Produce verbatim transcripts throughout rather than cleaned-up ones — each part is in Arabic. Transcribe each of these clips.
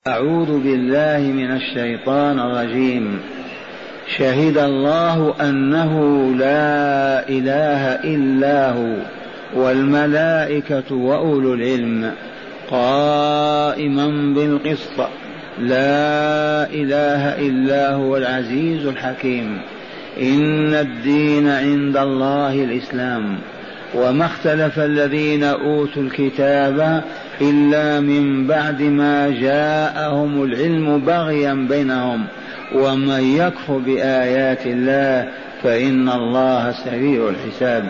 أعوذ بالله من الشيطان الرجيم. شهد الله أنه لا إله إلا هو والملائكة وأولو العلم قائما بالقسط لا إله إلا هو العزيز الحكيم. إن الدين عند الله الإسلام وما اختلف الذين أوتوا الكتاب إلا من بعد ما جاءهم العلم بغيا بينهم ومن يكفر بآيات الله فإن الله سريع الحساب.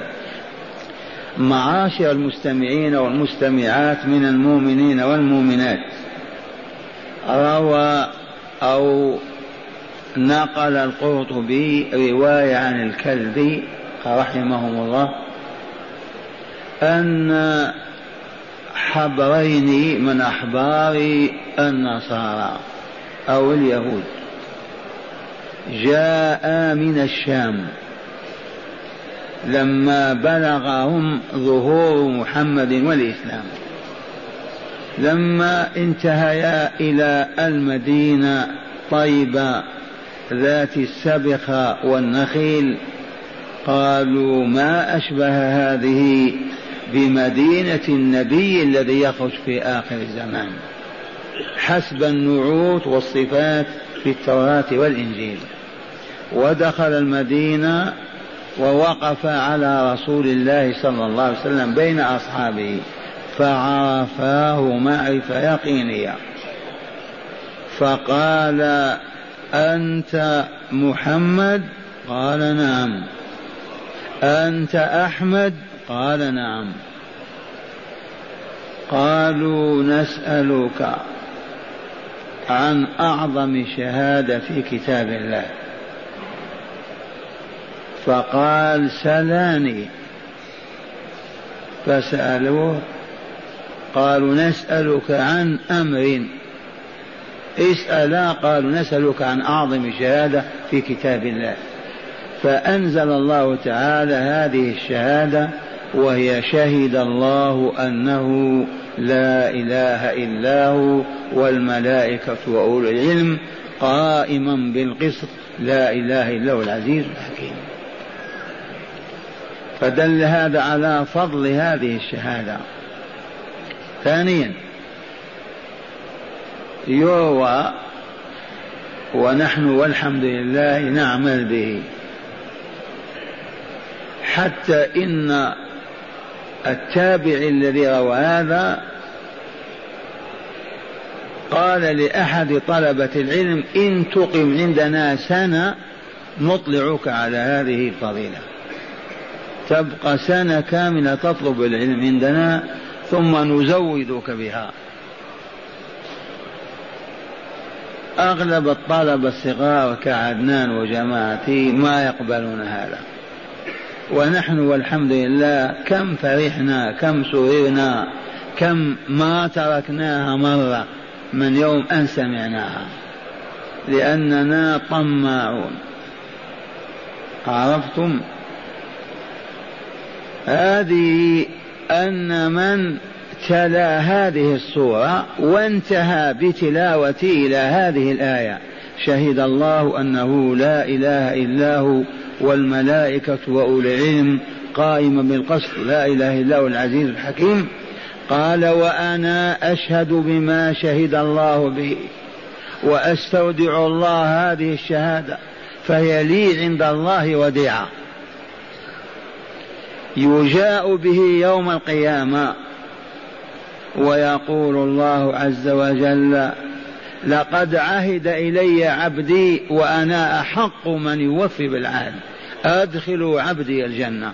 معاشر المستمعين والمستمعات من المؤمنين والمؤمنات، روى أو نقل القرطبي رواية عن الكلبي رحمهم الله أن حبرين من أحبار النصارى أو اليهود جاء من الشام لما بلغهم ظهور محمد والإسلام، لما انتهيا إلى المدينة طيبة ذات السبخة والنخيل قالوا ما أشبه هذه بمدينة النبي الذي يخرج في آخر الزمان حسب النعوت والصفات في التوراة والإنجيل. ودخل المدينة ووقف على رسول الله صلى الله عليه وسلم بين أصحابه فعرفاه معرفة يقينية، فقال أنت محمد؟ قال نعم. أنت أحمد؟ قال نعم. قالوا نسألك عن أعظم شهادة في كتاب الله، فقال سلاني. فسألوه قالوا نسألك عن أمر. اسألا قالوا نسألك عن أعظم شهادة في كتاب الله. فأنزل الله تعالى هذه الشهادة وهي شهد الله أنه لا إله إلا هو والملائكة وأولو العلم قائما بالقسط لا إله إلا هو العزيز الحكيم. فدل هذا على فضل هذه الشهادة. ثانيا يروى ونحن والحمد لله نعمل به حتى إن التابع الذي روى هذا قال لأحد طلبة العلم إن تقم عندنا سنة نطلعك على هذه الفضيلة، تبقى سنة كاملة تطلب العلم عندنا ثم نزودك بها. أغلب الطلبة الصغار كعدنان وجماعته ما يقبلون هذا، ونحن والحمد لله كم فرحنا كم سررنا كم ما تركناها مرة من يوم أن سمعناها، لأننا طماعون. عرفتم؟ هذه أن من تلا هذه السورة وانتهى بتلاوته إلى هذه الآية شهد الله أنه لا إله إلا هو والملائكة وأولي العلم قائما بالقسط لا إله إلا هو العزيز الحكيم. قال وأنا أشهد بما شهد الله به وأستودع الله هذه الشهادة فهي لي عند الله وديعة يجاء به يوم القيامة ويقول الله عز وجل لقد عهد إلي عبدي وأنا أحق من يوفي بالعهد أدخلوا عبدي الجنة.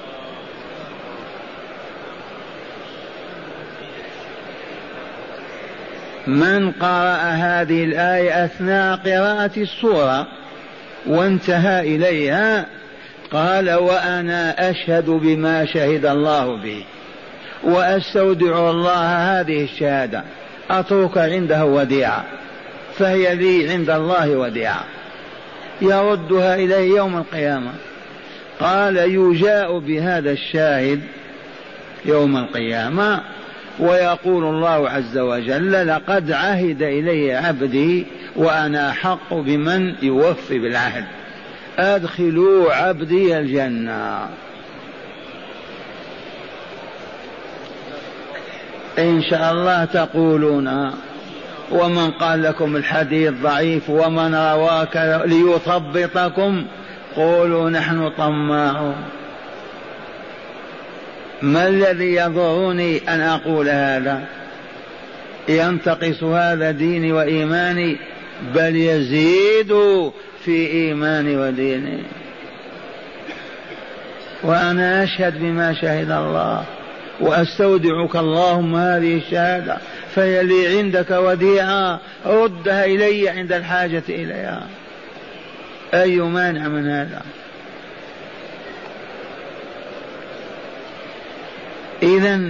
من قرأ هذه الآية أثناء قراءة السورة وانتهى إليها قال وأنا أشهد بما شهد الله به وأستودع الله هذه الشهادة أترك عنده وديعة فهي لي عند الله وديعة يردها إليه يوم القيامة. قال يجاء بهذا الشاهد يوم القيامة ويقول الله عز وجل لقد عهد إلي عبدي وأنا أحق بمن يوفي بالعهد أدخلوا عبدي الجنة. إن شاء الله تقولون ومن قال لكم الحديث ضعيف ومن رواك ليثبطكم قولوا نحن طماعون. ما الذي يضرني أن أقول هذا؟ ينتقص هذا ديني وإيماني؟ بل يزيد في إيماني وديني. وأنا أشهد بما شهد الله وأستودعك اللهم هذه الشهادة فهي لي عندك وديعة ردها إلي عند الحاجة إليها. أي مانع من هذا؟ إذن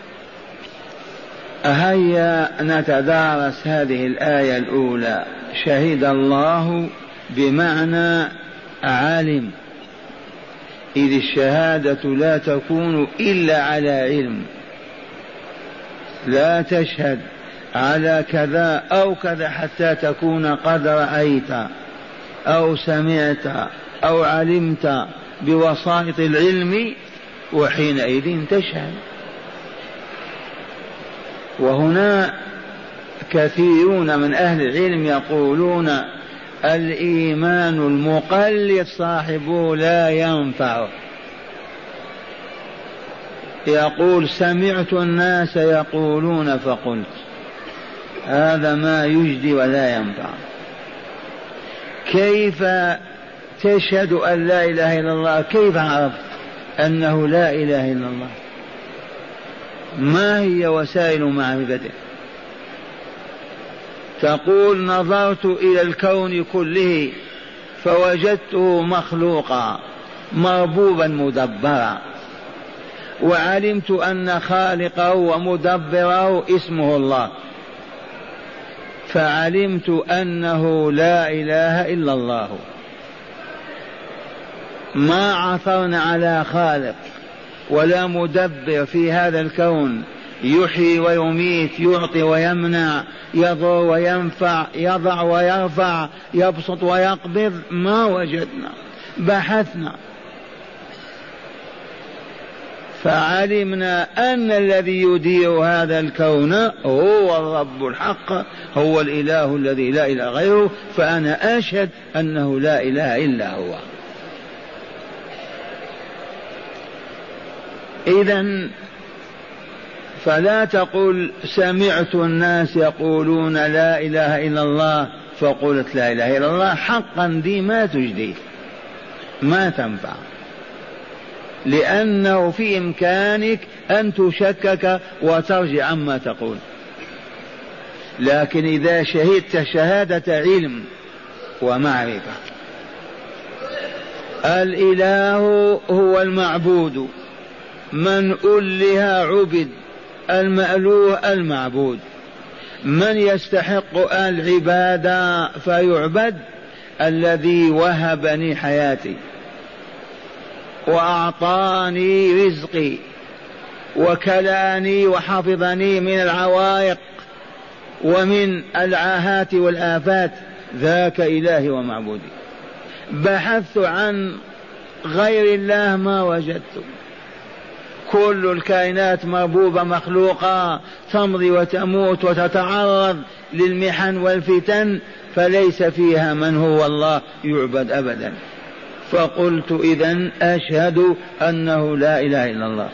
هيا نتدارس هذه الآية الأولى. شهد الله بمعنى علم، إذ الشهادة لا تكون إلا على علم. لا تشهد على كذا أو كذا حتى تكون قد رأيت أو سمعت أو علمت بوسائط العلم، وحينئذ تشهد. وهنا كثيرون من أهل العلم يقولون الإيمان المقلد صاحبه لا ينفع. يقول سمعت الناس يقولون فقلت، هذا ما يجدي ولا ينفع. كيف تشهد أن لا إله إلا الله؟ كيف عرفت أنه لا إله إلا الله؟ ما هي وسائل معرفته؟ تقول نظرت إلى الكون كله فوجدته مخلوقا مربوبا مدبرا، وعلمت أن خالقه ومدبره اسمه الله، فعلمت أنه لا إله إلا الله. ما عثرنا على خالق ولا مدبر في هذا الكون يحيي ويميت، يعطي ويمنع، يضر وينفع، يضع ويرفع، يبسط ويقبض. ما وجدنا، بحثنا فعلمنا أن الذي يدير هذا الكون هو الرب الحق، هو الإله الذي لا إله غيره. فأنا أشهد أنه لا إله إلا هو. إذن فلا تقل سمعت الناس يقولون لا إله إلا الله فقلت لا إله إلا الله. حقا دي ما تجدي، ما تنفع، لأنه في إمكانك أن تشكك وترجع عما تقول. لكن إذا شهدت شهادة علم ومعرفة، الإله هو المعبود، من أله عبد، المألوه المعبود، من يستحق العبادة فيعبد، الذي وهبني حياتي وأعطاني رزقي وكلاني وحفظني من العوائق ومن العاهات والآفات، ذاك إلهي ومعبودي. بحثت عن غير الله ما وجدت. كل الكائنات مربوبة مخلوقة تمضي وتموت وتتعرض للمحن والفتن، فليس فيها من هو الله يعبد أبدا. فقلت إذن أشهد أنه لا إله إلا الله.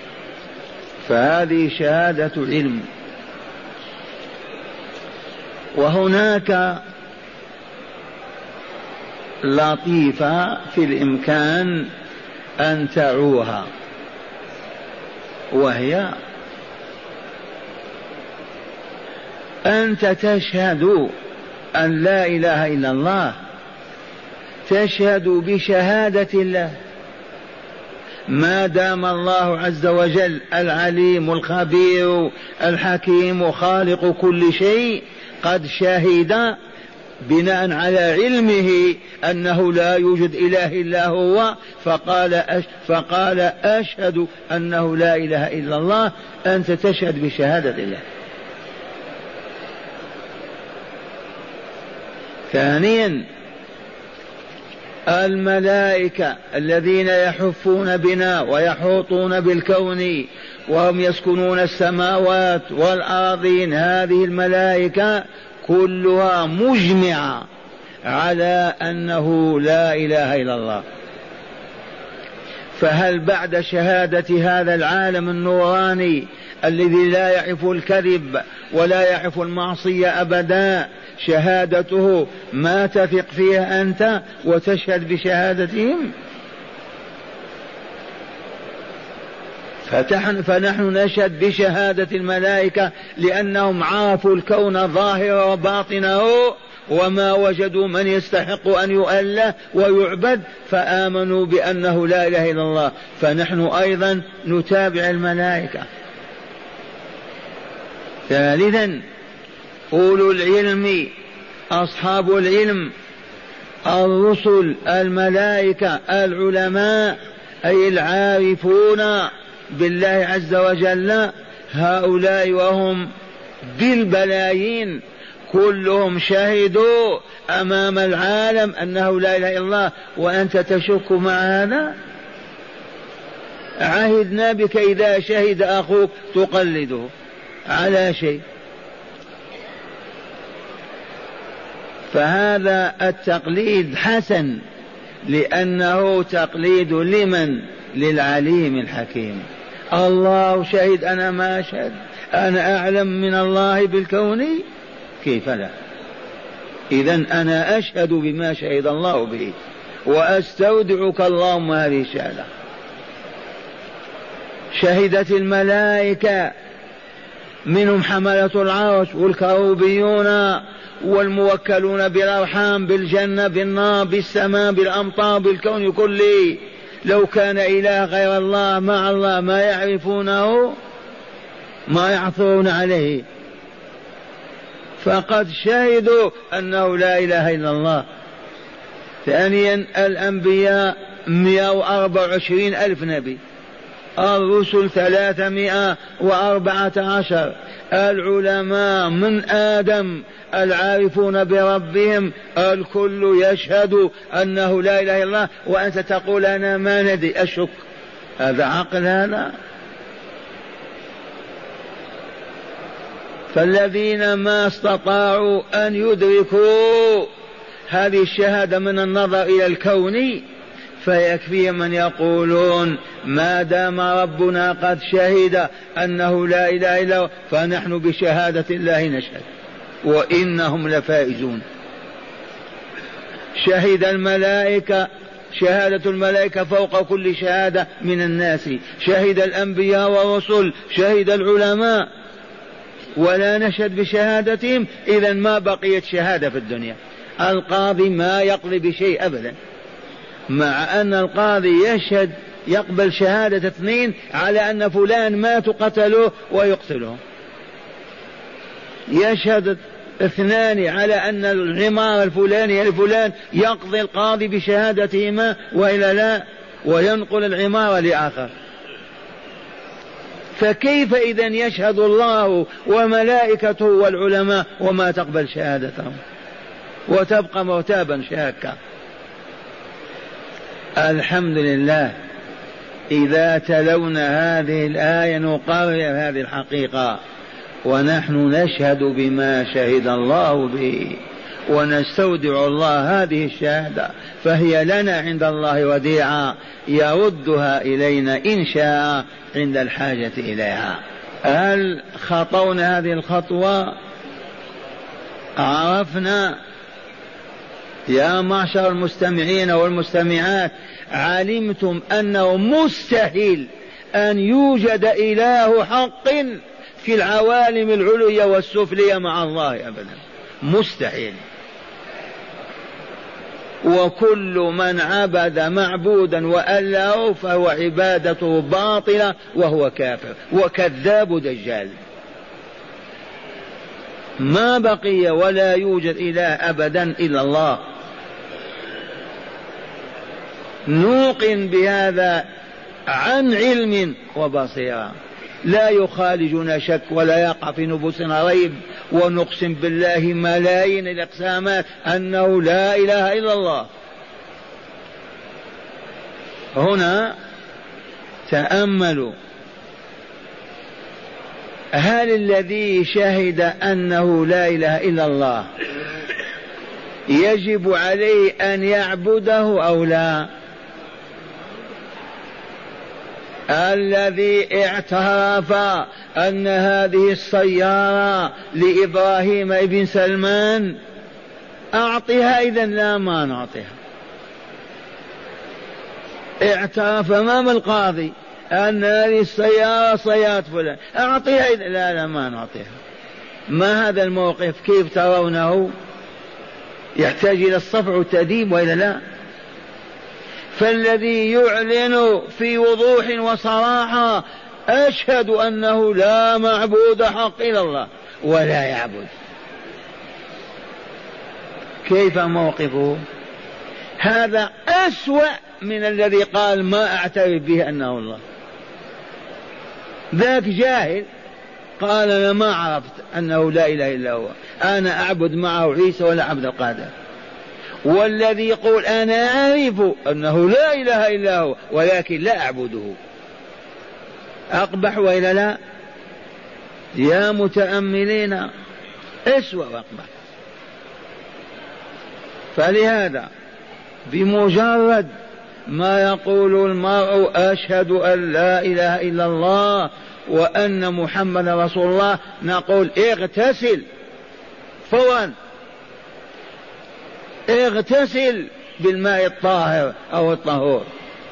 فهذه شهادة علم. وهناك لطيفة في الإمكان أن تعوها، وهي أنت تشهد أن لا إله إلا الله، تشهد بشهادة الله. ما دام الله عز وجل العليم الخبير الحكيم خالق كل شيء قد شهد بناء على علمه أنه لا يوجد إله إلا هو، فقال, أش فقال أشهد أنه لا إله إلا الله. أنت تشهد بشهادة الله. ثانيا الملائكة الذين يحفون بنا ويحوطون بالكون وهم يسكنون السماوات والأرضين، هذه الملائكة كلها مجمعة على أنه لا إله إلا الله. فهل بعد شهادة هذا العالم النوراني الذي لا يعرف الكذب ولا يعرف المعصية أبدا، شهادته ما تثق فيها أنت وتشهد بشهادتهم؟ فنحن نشهد بشهادة الملائكة لأنهم عرفوا الكون ظاهر وباطنه وما وجدوا من يستحق أن يؤله ويعبد فآمنوا بأنه لا إله إلا الله. فنحن أيضا نتابع الملائكة. ثالثا أولو العلم، أصحاب العلم، الرسل، الملائكة، العلماء، أي العارفون بالله عز وجل، هؤلاء وهم بالبلايين كلهم شهدوا أمام العالم أنه لا إله إلا الله، وأنت تشك مع هذا؟ عهدنا بك إذا شهد أخوك تقلده على شيء. فهذا التقليد حسن لأنه تقليد لمن؟ للعليم الحكيم. الله شهد، أنا ما أشهد، أنا أعلم من الله بالكون، كيف لا؟ إذن أنا أشهد بما شهد الله به وأستودعك اللهم هذه الشهادة. شهدت الملائكة منهم حملة العرش والكروبيون والموكلون بالأرحام، بالجنة، بالنار، بالسماء، بالأمطار، بالكون كله. لو كان إله غير الله مع الله ما يعرفونه، ما يعثرون عليه. فقد شهدوا أنه لا إله إلا الله. ثانيا الأنبياء مئة وأربعة وعشرين ألف نبي، الرسل ثلاثمائة وأربعة عشر، العلماء من آدم العارفون بربهم الكل يشهد أنه لا إله إلا الله، وأنت تقول أنا ما ندري أشك. هذا عقل هذا؟ فالذين ما استطاعوا أن يدركوا هذه الشهادة من النظر إلى الكون فيكفي من يقولون ما دام ربنا قد شهد أنه لا إله إلا هو فنحن بشهادة الله نشهد وإنهم لفائزون. شهد الملائكة، شهادة الملائكة فوق كل شهادة من الناس، شهد الأنبياء والرسل، شهد العلماء، ولا نشهد بشهادتهم. إذن ما بقيت شهادة في الدنيا. القاضي ما يقضي بشيء أبدا، مع أن القاضي يشهد يقبل شهادة اثنين على أن فلان مات قتلوه ويقتلهم، يشهد اثنان على أن العمارة الفلانية الفلان، يقضي القاضي بشهادتهما وإلا لا، وينقل العمارة لآخر. فكيف إذن يشهد الله وملائكته والعلماء وما تقبل شهادتهم وتبقى مرتابا شاكا؟ الحمد لله إذا تلونا هذه الآية نقرر هذه الحقيقة، ونحن نشهد بما شهد الله به ونستودع الله هذه الشهادة، فهي لنا عند الله وديعة يردها إلينا إن شاء عند الحاجة إليها. هل خطونا هذه الخطوة؟ عرفنا يا معشر المستمعين والمستمعات، علمتم أنه مستحيل أن يوجد إله حق في العوالم العليا والسفلية مع الله أبدا، مستحيل. وكل من عبد معبودا وأله فهو عبادته باطلة وهو كافر وكذاب دجال. ما بقي ولا يوجد إله أبدا إلا الله. نوقن بهذا عن علم وبصيرة، لا يخالجنا شك ولا يقع في نفوسنا ريب، ونقسم بالله ملايين الإقسامات أنه لا إله إلا الله. هنا تأملوا، هل الذي شهد أنه لا إله إلا الله يجب عليه أن يعبده أو لا؟ الذي اعترف أن هذه السيارة لإبراهيم ابن سلمان أعطها، إذن لا ما نعطيها. اعترف أمام القاضي أن هذه السيارة سيارة فلان، أعطيها، إذن لا لا ما نعطيها. ما هذا الموقف؟ كيف ترونه؟ يحتاج إلى الصفع والتأديب وإلا لا؟ فالذي يعلن في وضوح وصراحة أشهد أنه لا معبود حق إلا الله ولا يعبد، كيف موقفه؟ هذا أسوأ من الذي قال ما أعترف به أنه الله. ذاك جاهل قال أنا ما عرفت أنه لا إله إلا هو، أنا أعبد معه عيسى ولا عبد القادر. والذي يقول أنا أعرف أنه لا إله إلا هو ولكن لا أعبده، أقبح وإلا لا؟ يا متأملين، أسوأ وأقبح. فلهذا بمجرد ما يقول المرء أشهد أن لا إله إلا الله وأن محمد رسول الله، نقول اغتسل فورا، اغتسل بالماء الطاهر أو الطهور،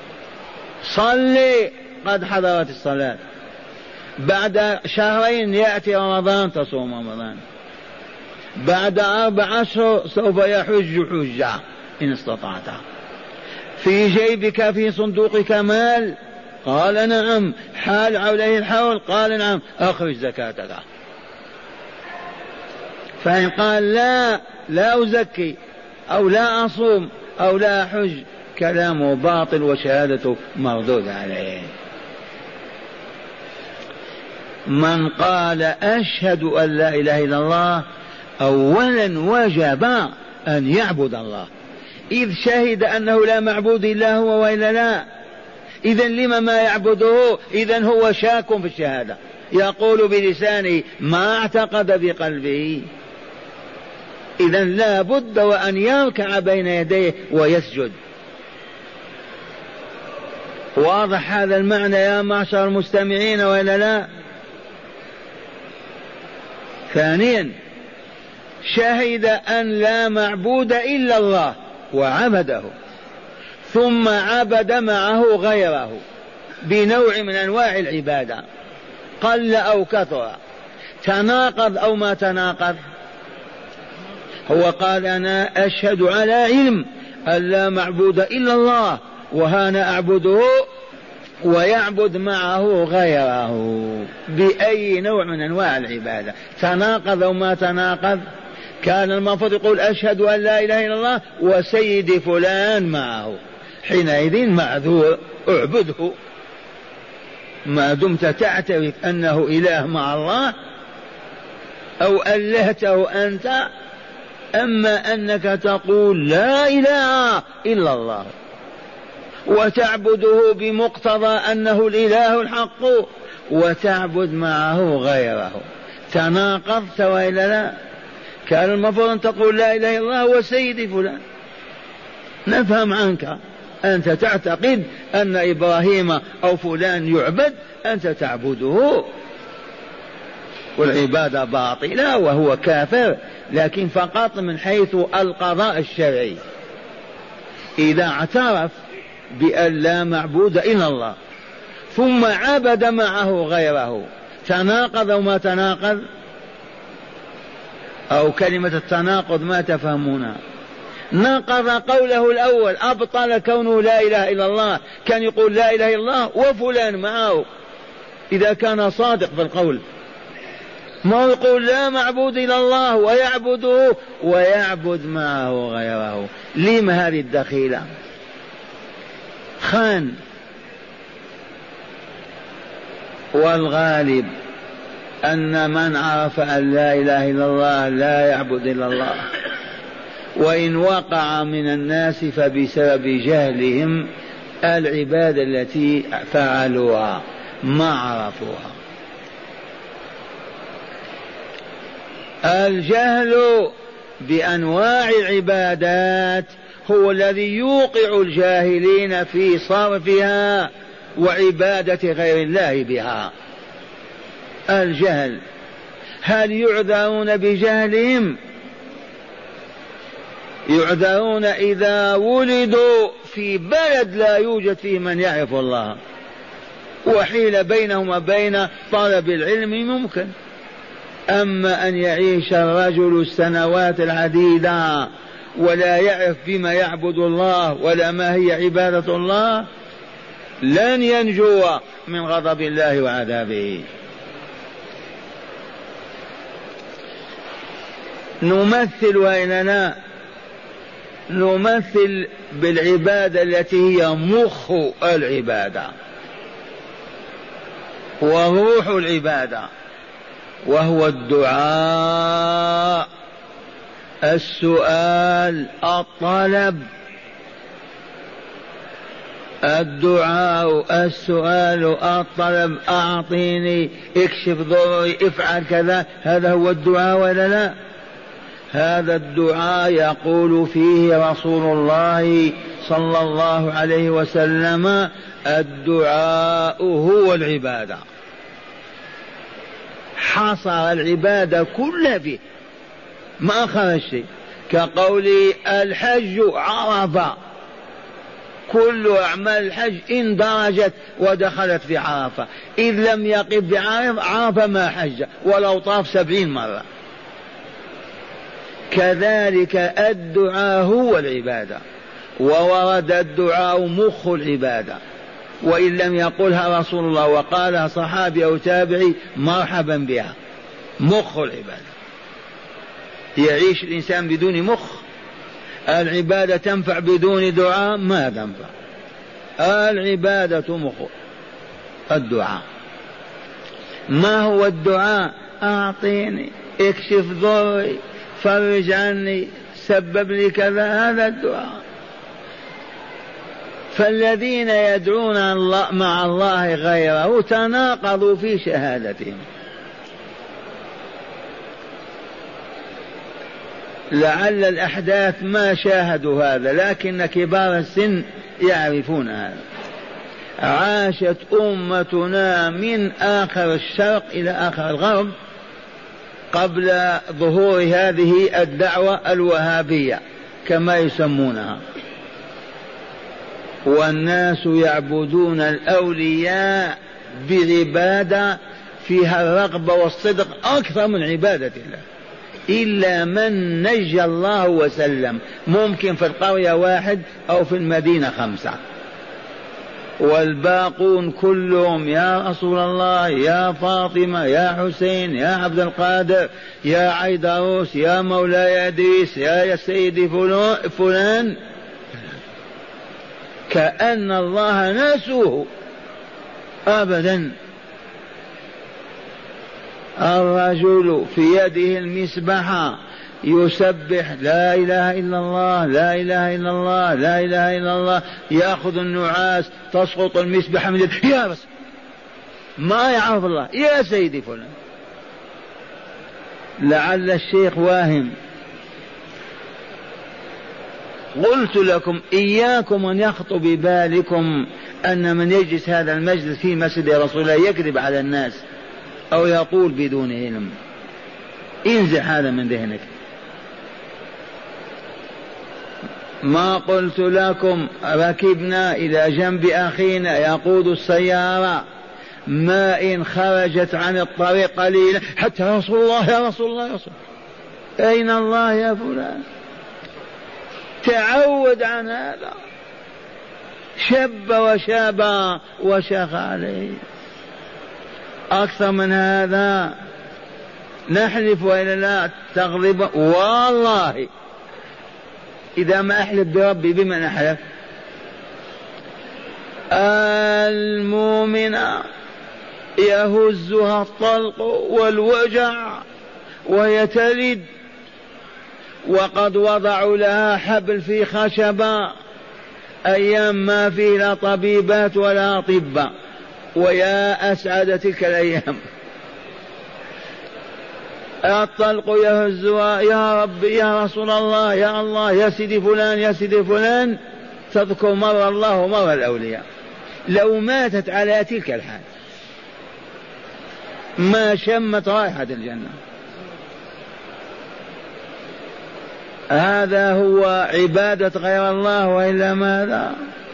صلي، قد حضرت الصلاة. بعد شهرين يأتي رمضان تصوم رمضان، بعد أربع أشهر سوف يحج حجة إن استطعت. في جيبك في صندوقك مال؟ قال نعم. حال عليه الحول؟ قال نعم. أخرج زكاتك. فإن قال لا لا أزكي أو لا أصوم أو لا أحج، كلامه باطل وشهادته مردود عليه. من قال أشهد أن لا إله إلا الله أولا وجب أن يعبد الله، إذ شهد أنه لا معبود إلا هو وإلا لا. إذن لما ما يعبده؟ إذن هو شاك في الشهادة، يقول بلسانه ما اعتقد بقلبه. إذن لا بد وأن يركع بين يديه ويسجد. واضح هذا المعنى يا معشر المستمعين وإلا لا؟ ثانيا، شهد أن لا معبود إلا الله وعبده، ثم عبد معه غيره بنوع من أنواع العبادة، قل أو كثر، تناقض أو ما تناقض. هو قال أنا أشهد على علم أن لا معبود إلا الله وهنا أعبده، ويعبد معه غيره بأي نوع من أنواع العبادة، تناقض أو ما تناقض. كان المفروض يقول أشهد أن لا إله إلا الله وسيدي فلان معه، حينئذ معذور، اعبده ما دمت تعترف أنه إله مع الله أو ألهته أنت. أما أنك تقول لا إله إلا الله وتعبده بمقتضى أنه الإله الحق وتعبد معه غيره، تناقضت وإلا لا؟ كان المفروض أن تقول لا إله إلا الله وسيدي فلان، نفهم عنك أنت تعتقد أن إبراهيم أو فلان يعبد، أنت تعبده والعبادة باطلة وهو كافر، لكن فقط من حيث القضاء الشرعي. إذا اعترف بأن لا معبود إلا الله ثم عبد معه غيره، تناقض أو ما تناقض؟ أو كلمة التناقض ما تفهمونها؟ نقض قوله الأول، أبطل كونه لا إله إلا الله، كان يقول لا إله إلا الله وفلان معه إذا كان صادق في القول. ما يقول لا معبود إلا الله ويعبده ويعبد معه غيره. لما هذه الدخيلة؟ خان. والغالب أن من عرف أن لا إله إلا الله لا يعبد إلا الله، وإن وقع من الناس فبسبب جهلهم العبادة التي فعلوها ما عرفوها. الجهل بأنواع العبادات هو الذي يوقع الجاهلين في صرفها وعبادة غير الله بها. الجهل. هل يعذرون بجهلهم؟ يعذرون إذا ولدوا في بلد لا يوجد فيه من يعرف الله، وحيل بينهم وبين طلب العلم ممكن. أما أن يعيش الرجل السنوات العديدة ولا يعرف بما يعبد الله ولا ما هي عبادة الله لن ينجو من غضب الله وعذابه. نمثل وإننا نمثل بالعبادة التي هي مخ العبادة وروح العبادة، وهو الدعاء، السؤال، الطلب. الدعاء، السؤال، الطلب، أعطيني، اكشف ضري، افعل كذا، هذا هو الدعاء ولا لا؟ هذا الدعاء يقول فيه رسول الله صلى الله عليه وسلم: الدعاء هو العبادة. حصر العبادة كلها فيه ما خرج شيء، كقول الحج عرفة، كل أعمال الحج اندرجت ودخلت في عرفة، إذ لم يقف بعرفة ما حج ولو طاف سبعين مرة. كذلك الدعاء هو العبادة، وورد الدعاء مخ العبادة، وإن لم يقلها رسول الله وقالها صحابي أو تابعي مرحبا بها. مخ العبادة. يعيش الإنسان بدون مخ؟ العبادة تنفع بدون دعاء؟ ما تنفع. العبادة مخ الدعاء. ما هو الدعاء؟ أعطيني، اكشف ضري، فرج عني، سبب لي كذا، هذا الدعاء. فالذين يدعون الله مع الله غيره تناقضوا في شهادتهم. لعل الأحداث ما شاهدوا هذا، لكن كبار السن يعرفون هذا. عاشت أمتنا من آخر الشرق إلى آخر الغرب قبل ظهور هذه الدعوة الوهابية كما يسمونها، والناس يعبدون الأولياء بعبادة فيها الرغبة والصدق أكثر من عبادة الله، إلا من نجى الله وسلم. ممكن في القرية واحد أو في المدينة خمسة، والباقون كلهم يا رسول الله، يا فاطمة، يا حسين، يا عبد القادر، يا عيدروس، يا مولاي إدريس، يا سيدي فلان، كأن الله نسوه أبدا. الرجل في يده المسبحة يسبح لا إله إلا الله، لا إله إلا الله، لا إله إلا الله، يأخذ النعاس تسقط المسبحة من يده، يا بس ما يعرف الله، يا سيدي فلان. لعل الشيخ واهم. قلت لكم إياكم أن يخطر ببالكم أن من يجلس هذا المجلس في مسجد رسول الله يكذب على الناس أو يقول بدون علم. انزع هذا من ذهنك. ما قلت لكم ركبنا إلى جنب أخينا يقود السيارة، ما إن خرجت عن الطريق قليلا حتى رسول الله، يا رسول الله، يا رسول الله، أين الله يا فلان؟ تعود عن هذا، شب وشاب وشاخ عليه. أكثر من هذا نحلف وإلا لا تغضب؟ والله إذا ما أحلف بربي بما نحلف؟ المؤمن يهزها الطلق والوجع ويتلد، وقد وضعوا لها حبل في خشبة أيام ما فيه لا طبيبات ولا أطباء، ويا أسعد تلك الأيام. الطلق يهزها، يا رب يا رسول الله يا الله يا سيدي فلان يا سيدي فلان، تذكر مرة الله ومرة الأولياء. لو ماتت على تلك الحال ما شمت رائحة الجنة. هذا هو عبادة غير الله وإلا ماذا؟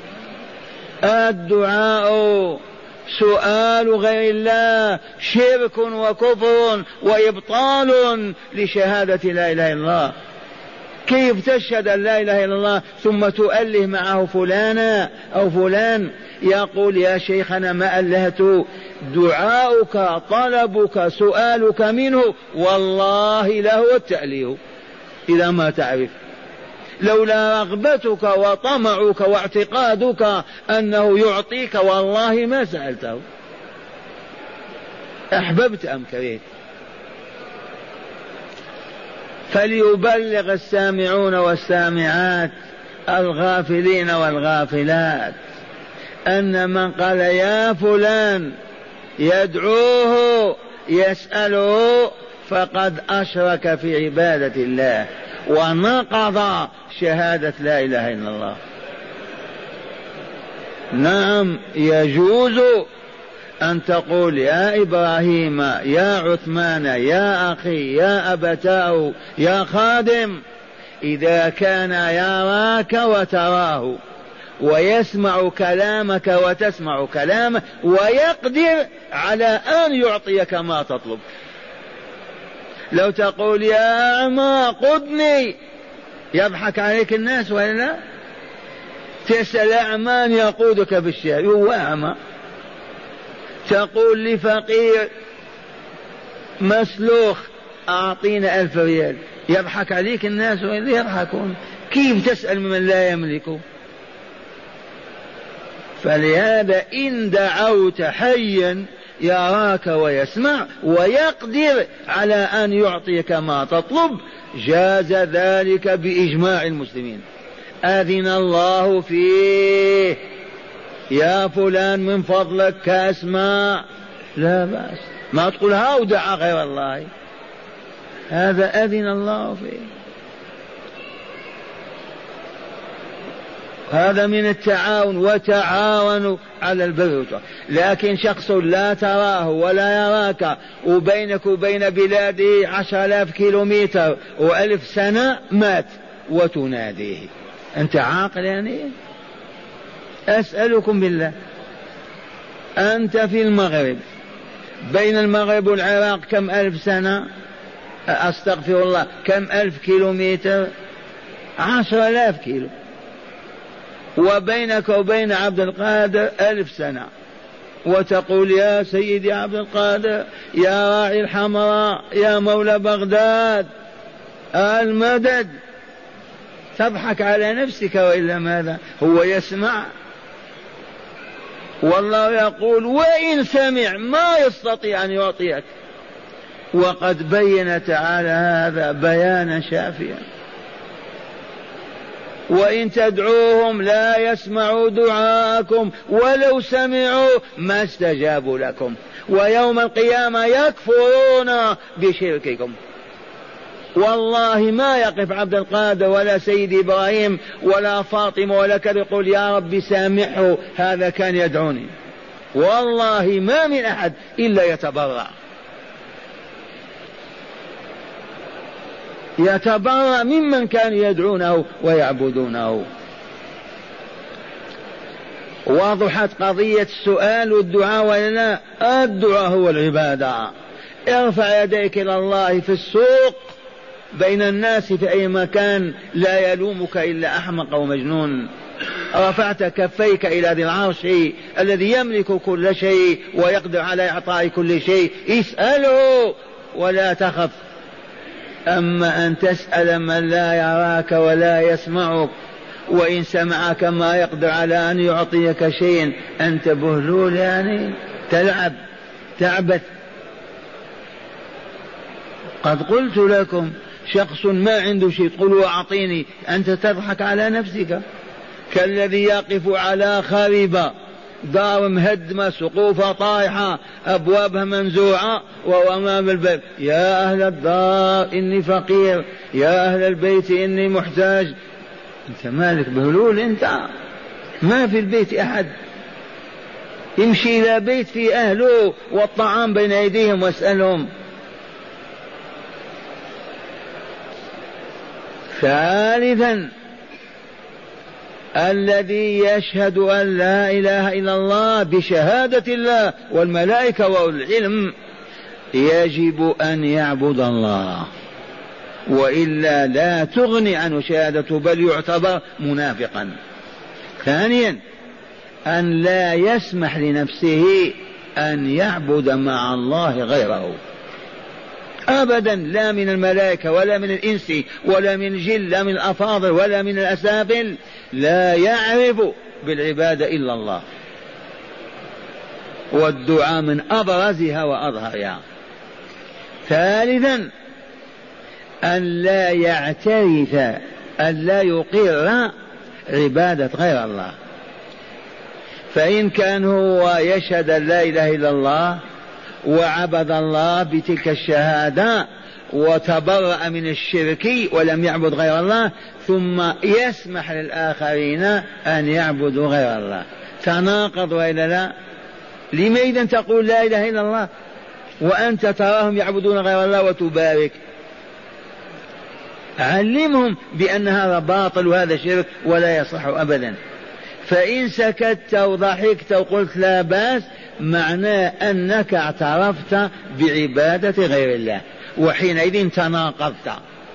الدعاء سؤال غير الله شرك وكفر وإبطال لشهادة لا إله إلا الله. كيف تشهد أن لا إله إلا الله ثم تؤله معه فلانا أو فلان؟ يقول يا شيخنا ما ألهت، دعاؤك طلبك سؤالك منه والله له التأليه إذا ما تعرف. لولا رغبتك وطمعك واعتقادك أنه يعطيك والله ما سألته، أحببت أم كرهت. فليبلغ السامعون والسامعات الغافلين والغافلات أن من قال يا فلان يدعوه يسأله فقد أشرك في عبادة الله ونقض شهادة لا إله إلا الله. نعم يجوز أن تقول يا إبراهيم يا عثمان يا أخي يا أبتاه يا خادم، إذا كان يراك وتراه ويسمع كلامك وتسمع كلامه ويقدر على أن يعطيك ما تطلب. لو تقول يا أعمى قدني يضحك عليك الناس ولا؟ تسأل أعمان يقودك بالشارع هو أعمى. تقول لفقير مسلوخ أعطينا ألف ريال يضحك عليك الناس ولا يضحكون؟ كيف تسأل ممن لا يملكه؟ فلهذا إن دعوت حيا يراك ويسمع ويقدر على أن يعطيك ما تطلب جاز ذلك بإجماع المسلمين. أذن الله فيه يا فلان من فضلك كأسماء لا بأس، ما تقول ها ودعا غير الله، هذا أذن الله فيه. هذا من التعاون، وتعاونوا على البر والتقوى. لكن شخص لا تراه ولا يراك وبينك وبين بلاده عشر آلاف كيلومتر وألف سنة مات وتناديه، أنت عاقل يعني؟ أسألكم بالله، أنت في المغرب، بين المغرب والعراق كم ألف سنة؟ أستغفر الله، كم ألف كيلومتر؟ عشر آلاف كيلو. وبينك وبين عبد القادر ألف سنة، وتقول يا سيدي عبد القادر يا راعي الحمراء يا مولى بغداد المدد. تضحك على نفسك وإلا ماذا؟ هو يسمع، والله يقول وإن سمع ما يستطيع أن يعطيك، وقد بين تعالى هذا بيانا شافيا. وإن تدعوهم لا يسمعوا دعاءكم ولو سمعوا ما استجابوا لكم، ويوم القيامة يكفرون بشرككم. والله ما يقف عبد القادر ولا سيد إبراهيم ولا فاطمة ولا كذا يقول يا رب سامحه هذا كان يدعوني، والله ما من أحد إلا يتبرأ يتبرأ ممن كانوا يدعونه ويعبدونه. وضحت قضية السؤال والدعاء ولا؟ الدعاء هو العبادة. ارفع يديك إلى الله في السوق بين الناس في أي مكان لا يلومك إلا أحمق أو مجنون. رفعت كفيك إلى ذي العرش الذي يملك كل شيء ويقدر على إعطاء كل شيء، اسأله ولا تخف. أما أن تسأل من لا يراك ولا يسمعك، وإن سمعك ما يقدر على أن يعطيك شيء، أنت بهلول يعني تلعب تعبث. قد قلت لكم شخص ما عنده شيء تقول أعطيني، أنت تضحك على نفسك. كالذي يقف على خريبة دار مهدمة سقوفها طايحة أبوابها منزوعة وهو أمام الباب، يا أهل الدار إني فقير، يا أهل البيت إني محتاج. أنت مالك بهلول؟ أنت ما في البيت أحد، يمشي إلى بيت في أهله والطعام بين أيديهم واسألهم. ثالثا الذي يشهد أن لا إله إلا الله بشهادة الله والملائكة والعلم يجب أن يعبد الله، وإلا لا تغني عنه شهادته بل يعتبر منافقا. ثانيا أن لا يسمح لنفسه أن يعبد مع الله غيره أبدا، لا من الملائكة ولا من الإنس ولا من الجن، لا من الأفاضل ولا من الأسافل، لا يعرف بالعبادة إلا الله، والدعاء من أبرزها وأظهرها. ثالثا أن لا يعترف، أن لا يقر عبادة غير الله. فإن كان هو يشهد أن لا إله إلا الله وعبد الله بتلك الشهادة وتبرأ من الشرك ولم يعبد غير الله، ثم يسمح للآخرين أن يعبدوا غير الله، تناقض وإلا لا؟ لما إذا تقول لا إله إلا الله وأنت تراهم يعبدون غير الله وتبارك؟ علمهم بأن هذا باطل وهذا شرك ولا يصح أبدا. فإن سكت وضحكت وقلت لا بأس، معناه أنك اعترفت بعبادة غير الله، وحينئذ تناقضت.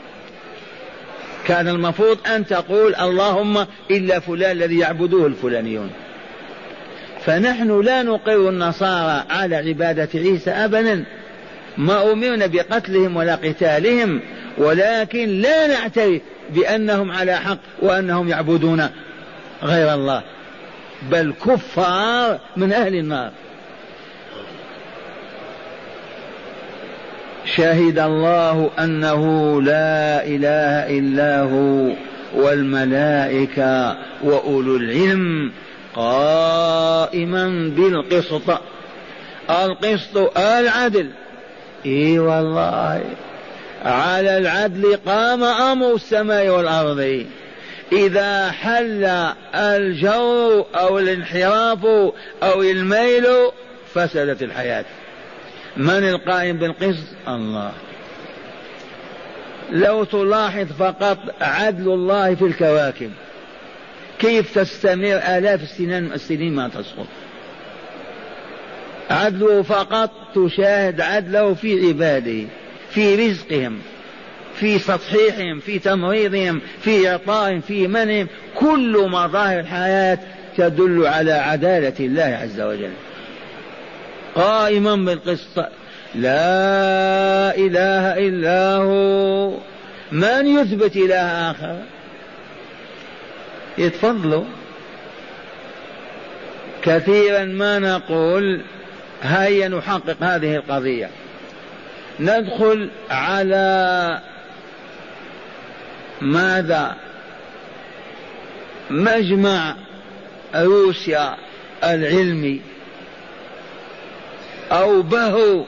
كان المفروض أن تقول اللهم إلا فلان الذي يعبدوه الفلانيون. فنحن لا نقر النصارى على عبادة عيسى أبدا، ما أمرنا بقتلهم ولا قتالهم، ولكن لا نعترف بأنهم على حق وأنهم يعبدون غير الله، بل كفار من أهل النار. شهد الله أنه لا إله إلا هو والملائكة وأولو العلم قائما بالقسط. القسط العدل، اي والله على العدل قام أمر السماء والأرض. إذا حل الجور أو الانحراف أو الميل فسدت الحياة. من القائم بالقسط؟ الله. لو تلاحظ فقط عدل الله في الكواكب كيف تستمر آلاف السنين السنين ما تسقط. عدله فقط تشاهد عدله في عباده، في رزقهم، في تصحيحهم، في تمريضهم، في إعطائهم، في منهم. كل مظاهر الحياة تدل على عدالة الله عز وجل. قائما بالقسط، لا إله إلا هو. من يثبت إله آخر؟ يتفضلوا. كثيرا ما نقول هيا نحقق هذه القضية، ندخل على ماذا؟ مجمع روسيا العلمي أو بهو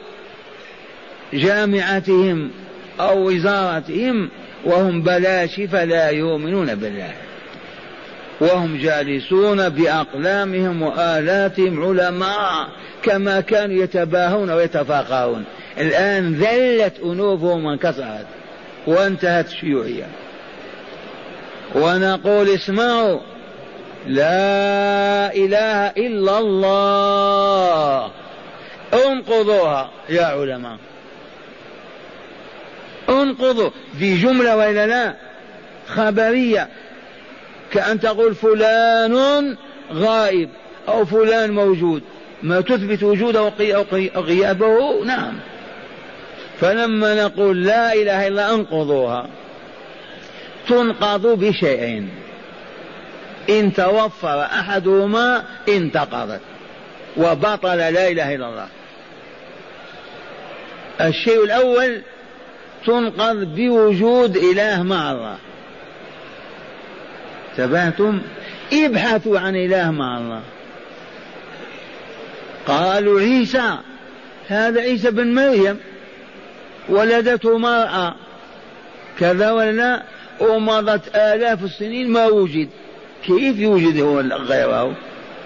جامعتهم أو وزارتهم وهم بلاشي فلا يؤمنون بالله، وهم جالسون بأقلامهم وآلاتهم علماء كما كانوا يتباهون ويتفاخرون. الآن ذلت أنوفهم وانكسرت وانتهت الشيوعية. ونقول اسمعوا، لا إله إلا الله، انقضوها يا علماء، انقضوا. في جملة وإلا لا؟ خبرية، كأن تقول فلان غائب أو فلان موجود، ما تثبت وجوده أو غيابه. نعم، فلما نقول لا إله إلا انقضوها، تنقض بشيئين، إن توفر أحدهما انتقضت وبطل لا إله إلا الله. الشيء الأول تنقض بوجود إله مع الله. تبعتم؟ ابحثوا عن إله مع الله. قالوا عيسى، هذا عيسى بن مريم ولدته مرأة كذا ولا، ومضت آلاف السنين ما وجد، كيف يوجد هو غيره؟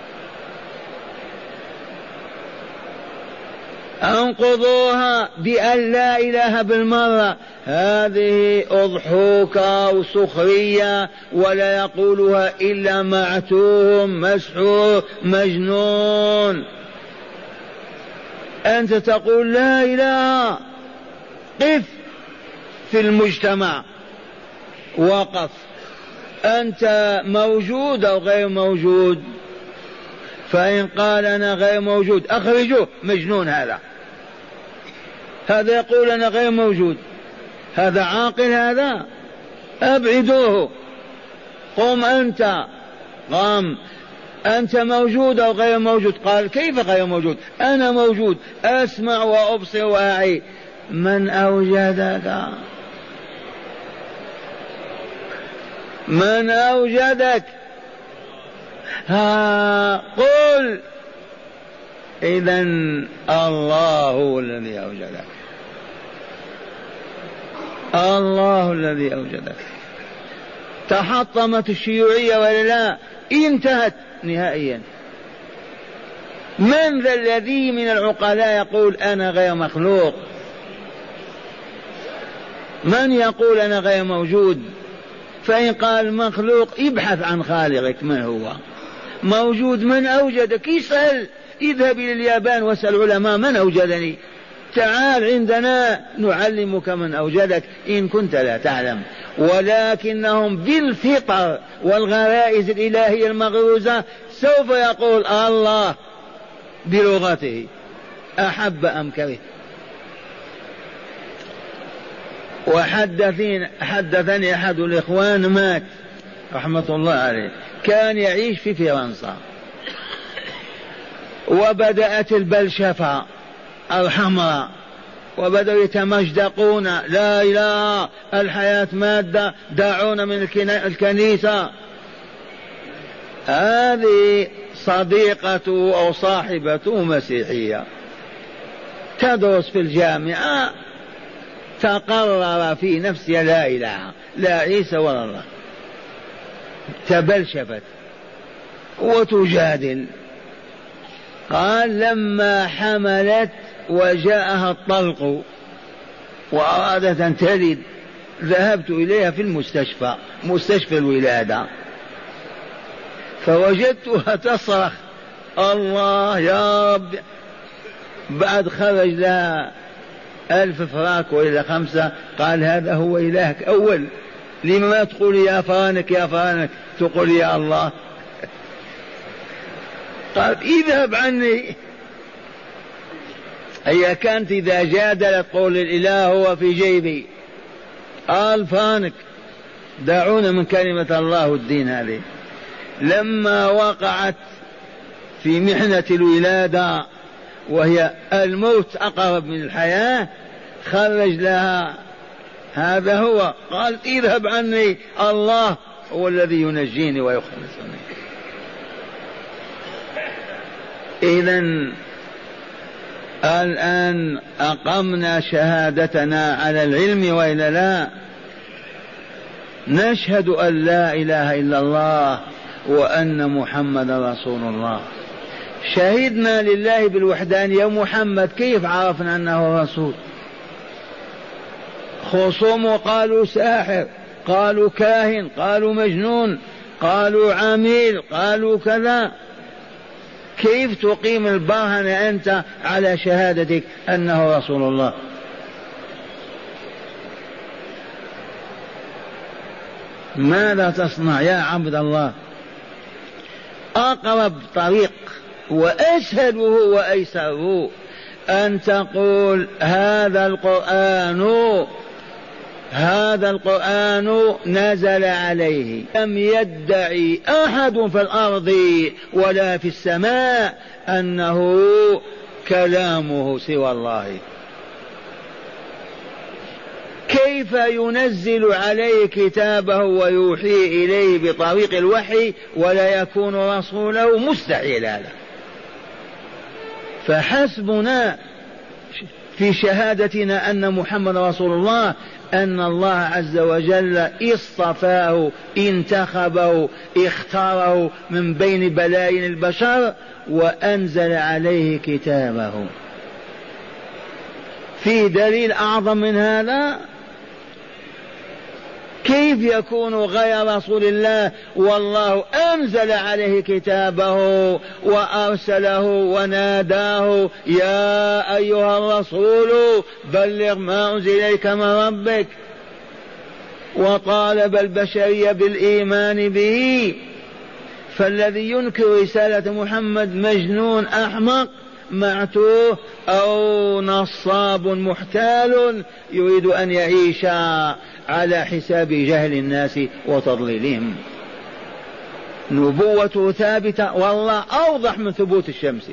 انقضوها بأن لا إله بالمرة، هذه أضحوكة وسخرية، ولا يقولها إلا معتوم مسحور مجنون. أنت تقول لا إله، قف في المجتمع، وقف، أنت موجود أو غير موجود؟ فإن قال أنا غير موجود أخرجوه، مجنون هذا. هذا يقول أنا غير موجود، هذا عاقل؟ هذا أبعدوه. قم أنت، قام، أنت موجود أو غير موجود؟ قال كيف غير موجود؟ أنا موجود، أسمع وأبصر وأعي. من أوجدك؟ من أوجدك؟ ها قل إذن الله هو الذي أوجدك، الله الذي أوجدك. تحطمت الشيوعية ولا لا؟ انتهت نهائيا. من ذا الذي من العقلاء يقول أنا غير مخلوق؟ من يقول أنا غير موجود؟ فإن قال مخلوق ابحث عن خالقك من هو. موجود، من أوجدك؟ اسأل، اذهب إلى اليابان واسأل علماء من أوجدني. تعال عندنا نعلمك من أوجدك إن كنت لا تعلم. ولكنهم بالفطر والغرائز الإلهية المغروزة سوف يقول الله بلغته، أحب أم كره. وحدثني حدثني أحد الإخوان مات رحمة الله عليه، كان يعيش في فرنسا، وبدأت البلشفة الحمراء، وبدأوا يتمجدقون لا إله، الحياة مادة، دعونا من الكنيسة. هذه صديقته أو صاحبته مسيحية تدرس في الجامعة، تقرر في نفسها لا إله، لا عيسى ولا الله، تبلشفت وتجادل. قال لما حملت وجاءها الطلق وأرادت أن تلد، ذهبت إليها في المستشفى، مستشفى الولادة، فوجدتها تصرخ الله يا رب. بعد خرج لها ألف فراك وإلى خمسة. قال هذا هو إلهك أول، لما ما تقول يا فانك يا فانك، تقول يا الله؟ قال اذهب عني. هي كانت إذا جادلت تقول الإله هو في جيبي، قال فانك، دعونا من كلمة الله والدين هذه. لما وقعت في محنة الولادة وهي الموت أقرب من الحياة، خرج لها هذا هو. قال اذهب عني، الله هو الذي ينجيني ويخلصني. إذن الآن أقمنا شهادتنا على العلم وإلا لا؟ نشهد أن لا إله إلا الله وأن محمد رسول الله. شهدنا لله بالوحدانية. محمد كيف عرفنا أنه رسول؟ خصوم قالوا ساحر، قالوا كاهن، قالوا مجنون، قالوا عميل، قالوا كذا. كيف تقيم البرهنة أنت على شهادتك أنه رسول الله؟ ماذا تصنع يا عبد الله؟ أقرب طريق وأسهله وأيسره أن تقول هذا القرآن هذا القرآن نزل عليه. لم يدعي أحد في الأرض ولا في السماء أنه كلامه سوى الله. كيف ينزل عليه كتابه ويوحي إليه بطريق الوحي ولا يكون رسوله؟ مستحيل هذا. فحسبنا في شهادتنا أن محمد رسول الله أن الله عز وجل اصطفاه، انتخبه، اختاره من بين بلايين البشر وأنزل عليه كتابه. في دليل أعظم من هذا؟ كيف يكون غير رسول الله والله أنزل عليه كتابه وأرسله وناداه يا أيها الرسول بلغ ما أنزل إليك من ربك، وطالب البشرية بالإيمان به. فالذي ينكر رسالة محمد مجنون أحمق معتوه أو نصاب محتال يريد أن يعيش على حساب جهل الناس وتضليلهم. نبوته ثابتة والله أوضح من ثبوت الشمس.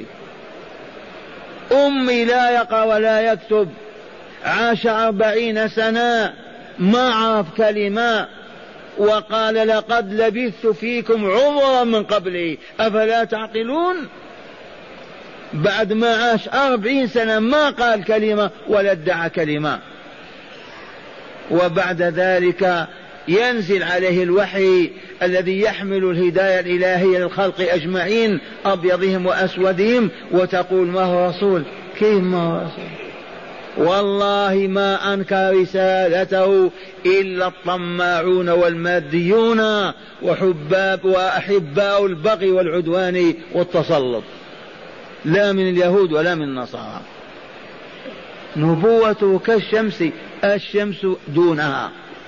أمي لا يقرأ ولا يكتب، عاش أربعين سنة ما عرف كلمة، وقال لقد لبثت فيكم عمرا من قبلي أفلا تعقلون. بعد ما عاش أربعين سنة ما قال كلمة ولا ادعى كلمة. وبعد ذلك ينزل عليه الوحي الذي يحمل الهداية الإلهية للخلق أجمعين أبيضهم وأسودهم، وتقول ما هو رسول؟ كيف ما هو رسول؟ والله ما أنكر رسالته إلا الطماعون والماديون وحباب وأحباء البغي والعدوان والتسلط، لا من اليهود ولا من النصارى. نبوته كالشمس، الشمس دونها.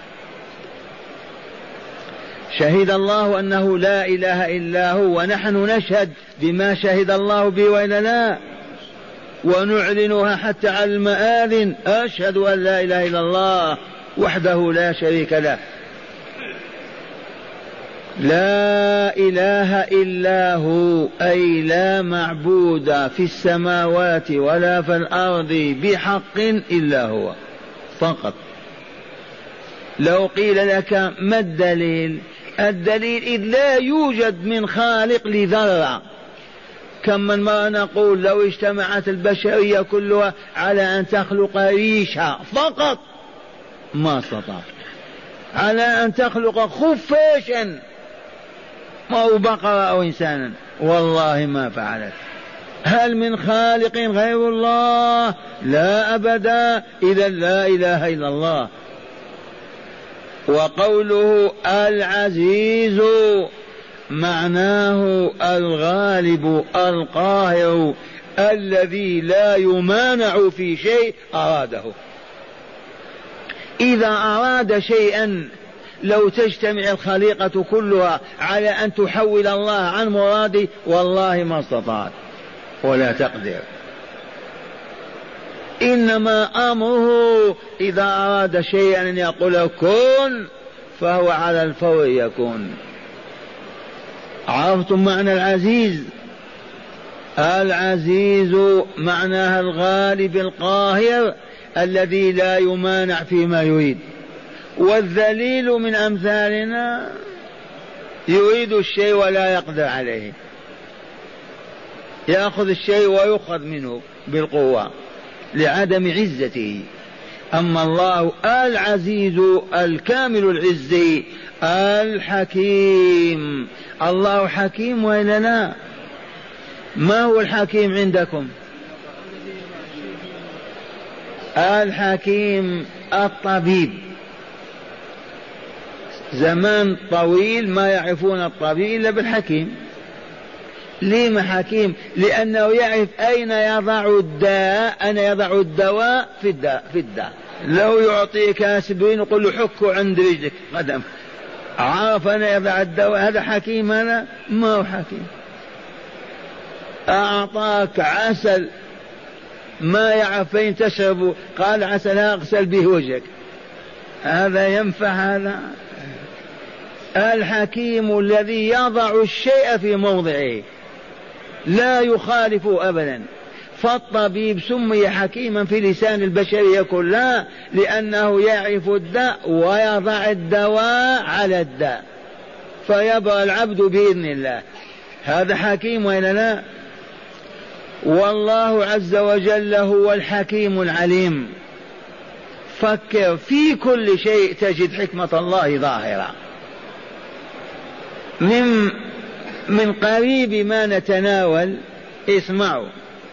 شهد الله أنه لا إله إلا هو، ونحن نشهد بما شهد الله به وإلا لا، ونعلنها حتى على المآذن: أشهد أن لا إله إلا الله وحده لا شريك له، لا إله إلا هو، أي لا معبود في السماوات ولا في الأرض بحق إلا هو فقط. لو قيل لك ما الدليل؟ الدليل إذ لا يوجد من خالق لذرة. كم من مرة نقول لو اجتمعت البشرية كلها على أن تخلق ريشة فقط ما استطاع، على أن تخلق خفاشا أو بقرة أو إنسانا والله ما فعلت. هل من خالق غير الله؟ لا أبدا. إذا لا إله إلا الله. وقوله العزيز معناه الغالب القاهر الذي لا يمانع في شيء أراده. إذا أراد شيئا لو تجتمع الخليقة كلها على أن تحول الله عن مراده والله ما استطاعت ولا تقدر. إنما أمره إذا أراد شيئا أن يقول كن فهو على الفور يكون. عرفتم معنى العزيز؟ العزيز معناها الغالب القاهر الذي لا يمانع فيما يريد. والذليل من أمثالنا يريد الشيء ولا يقدر عليه، يأخذ الشيء ويؤخذ منه بالقوة لعدم عزته. أما الله العزيز الكامل العز الحكيم. الله حكيم وإلا لا؟ ما هو الحكيم عندكم؟ الحكيم الطبيب. زمان طويل ما يعرفون الطبيب إلا بالحكيم. ليه حكيم؟ لأنه يعرف أين يضع الداء، أين يضع الدواء في الداء في الداء. لو يعطيك أسبرين يقول له حكه عند رجلك قدم، عارف أين يضع الدواء. هذا حكيم؟ أنا ما هو حكيم. أعطاك عسل ما يعرف فين تشرب، قال عسى لا أغسل به وجهك. هذا ينفع؟ هذا الحكيم الذي يضع الشيء في موضعه لا يخالفه أبدا. فالطبيب سمي حكيما في لسان البشرية كلها لأنه يعرف الداء ويضع الدواء على الداء فيبرأ العبد بإذن الله. هذا حكيم وإلا لا؟ والله عز وجل هو الحكيم العليم. فكر في كل شيء تجد حكمة الله ظاهرة. من من قريب ما نتناول اسمعوا،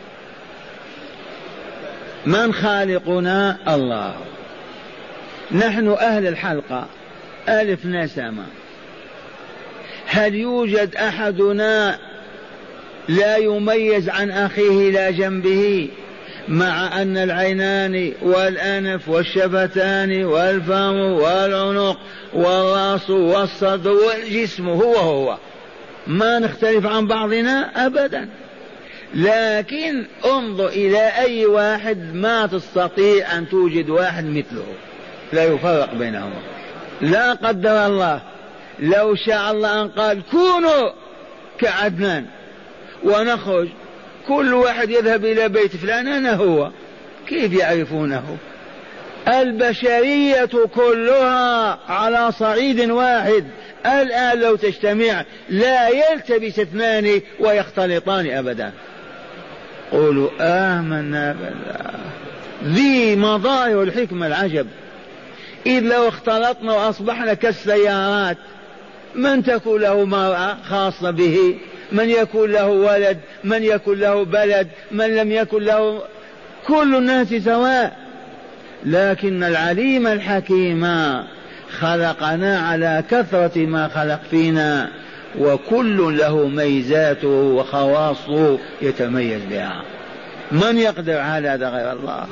من خالقنا؟ الله. نحن أهل الحلقة ألف نسمة، هل يوجد أحدنا لا يميز عن أخيه لا جنبه، مع أن العينان والأنف والشفتان والفم والعنق والرأس والصدر والجسم هو هو، ما نختلف عن بعضنا أبدا. لكن انظر إلى أي واحد ما تستطيع أن توجد واحد مثله، لا يفرق بينهم. لا قدر الله لو شاء الله أن قال كونوا كعدنان ونخرج كل واحد يذهب إلى بيت فلان أنا هو، كيف يعرفونه؟ البشرية كلها على صعيد واحد الآن لو تجتمع لا يلتبس اثنان ويختلطان أبدا. قولوا آمنا بالله. ذي مظاهر الحكمة العجب. إذ لو اختلطنا وأصبحنا كالسيارات، من تكون له مرأة خاصة به، من يكون له ولد، من يكون له بلد، من لم يكن له، كل الناس سواء. لكن العليم الحكيم خلقنا على كثرة ما خلق فينا، وكل له ميزاته وخواصه يتميز بها. من يقدر على هذا غير الله؟